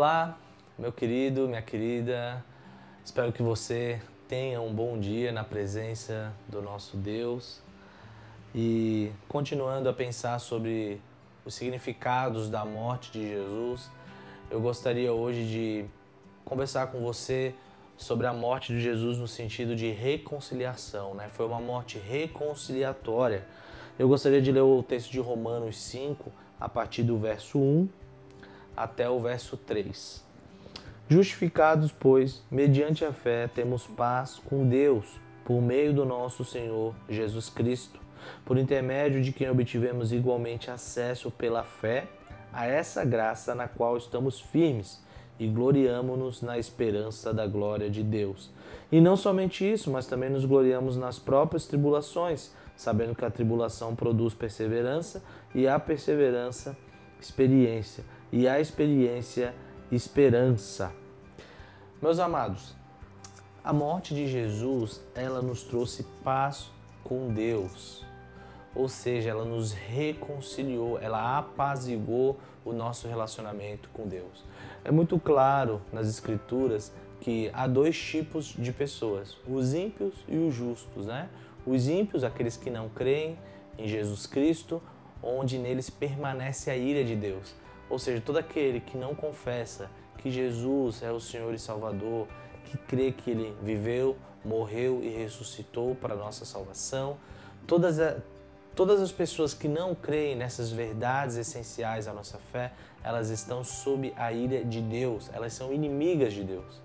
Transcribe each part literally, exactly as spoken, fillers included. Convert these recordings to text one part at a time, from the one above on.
Olá, meu querido, minha querida, espero que você tenha um bom dia na presença do nosso Deus e continuando a pensar sobre os significados da morte de Jesus, eu gostaria hoje de conversar com você sobre a morte de Jesus no sentido de reconciliação, né? Foi uma morte reconciliatória. Eu gostaria de ler o texto de Romanos cinco, a partir do verso um até o verso três. Justificados, pois, mediante a fé, temos paz com Deus, por meio do nosso Senhor Jesus Cristo, por intermédio de quem obtivemos igualmente acesso pela fé a essa graça na qual estamos firmes e gloriamo-nos na esperança da glória de Deus. E não somente isso, mas também nos gloriamos nas próprias tribulações, sabendo que a tribulação produz perseverança, e a perseverança, experiência, e a experiência, esperança. Meus amados, a morte de Jesus, ela nos trouxe paz com Deus. Ou seja, ela nos reconciliou, ela apaziguou o nosso relacionamento com Deus. É muito claro nas Escrituras que há dois tipos de pessoas, os ímpios e os justos, né? Os ímpios, aqueles que não creem em Jesus Cristo, onde neles permanece a ira de Deus. Ou seja, todo aquele que não confessa que Jesus é o Senhor e Salvador, que crê que Ele viveu, morreu e ressuscitou para a nossa salvação, todas, a, todas as pessoas que não creem nessas verdades essenciais à nossa fé, elas estão sob a ira de Deus, elas são inimigas de Deus.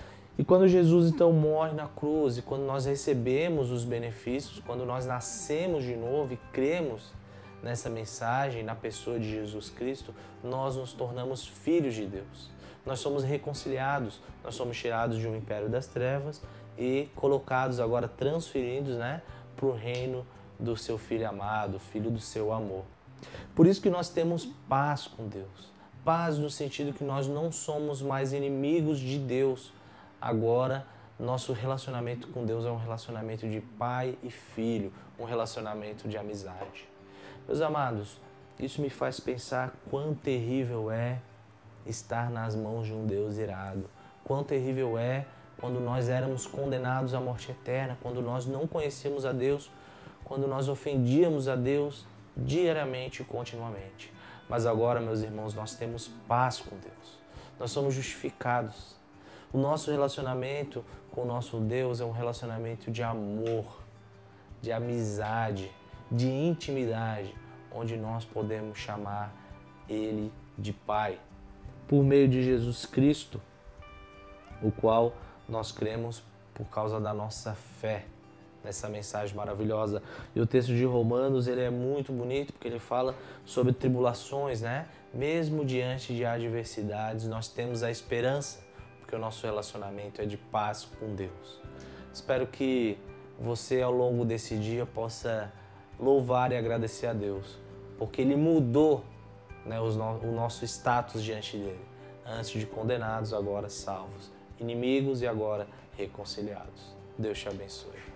E quando Jesus então morre na cruz, e quando nós recebemos os benefícios, quando nós nascemos de novo e cremos nessa mensagem, na pessoa de Jesus Cristo, nós nos tornamos filhos de Deus. Nós somos reconciliados, nós somos tirados de um império das trevas e colocados agora, transferidos, né, para o reino do seu Filho amado, Filho do seu amor. Por isso que nós temos paz com Deus. Paz no sentido que nós não somos mais inimigos de Deus. Agora, nosso relacionamento com Deus é um relacionamento de pai e filho, um relacionamento de amizade. Meus amados, isso me faz pensar quão terrível é estar nas mãos de um Deus irado. Quão terrível é quando nós éramos condenados à morte eterna, quando nós não conhecíamos a Deus, quando nós ofendíamos a Deus diariamente e continuamente. Mas agora, meus irmãos, nós temos paz com Deus. Nós somos justificados. O nosso relacionamento com o nosso Deus é um relacionamento de amor, de amizade, de intimidade, onde nós podemos chamar Ele de Pai, por meio de Jesus Cristo, o qual nós cremos por causa da nossa fé nessa mensagem maravilhosa. E o texto de Romanos, ele é muito bonito, porque ele fala sobre tribulações, né? Mesmo diante de adversidades, nós temos a esperança, porque o nosso relacionamento é de paz com Deus. Espero que você, ao longo desse dia, possa louvar e agradecer a Deus, porque Ele mudou, né, os no, o nosso status diante dEle. Antes de condenados, agora salvos. Inimigos e agora reconciliados. Deus te abençoe.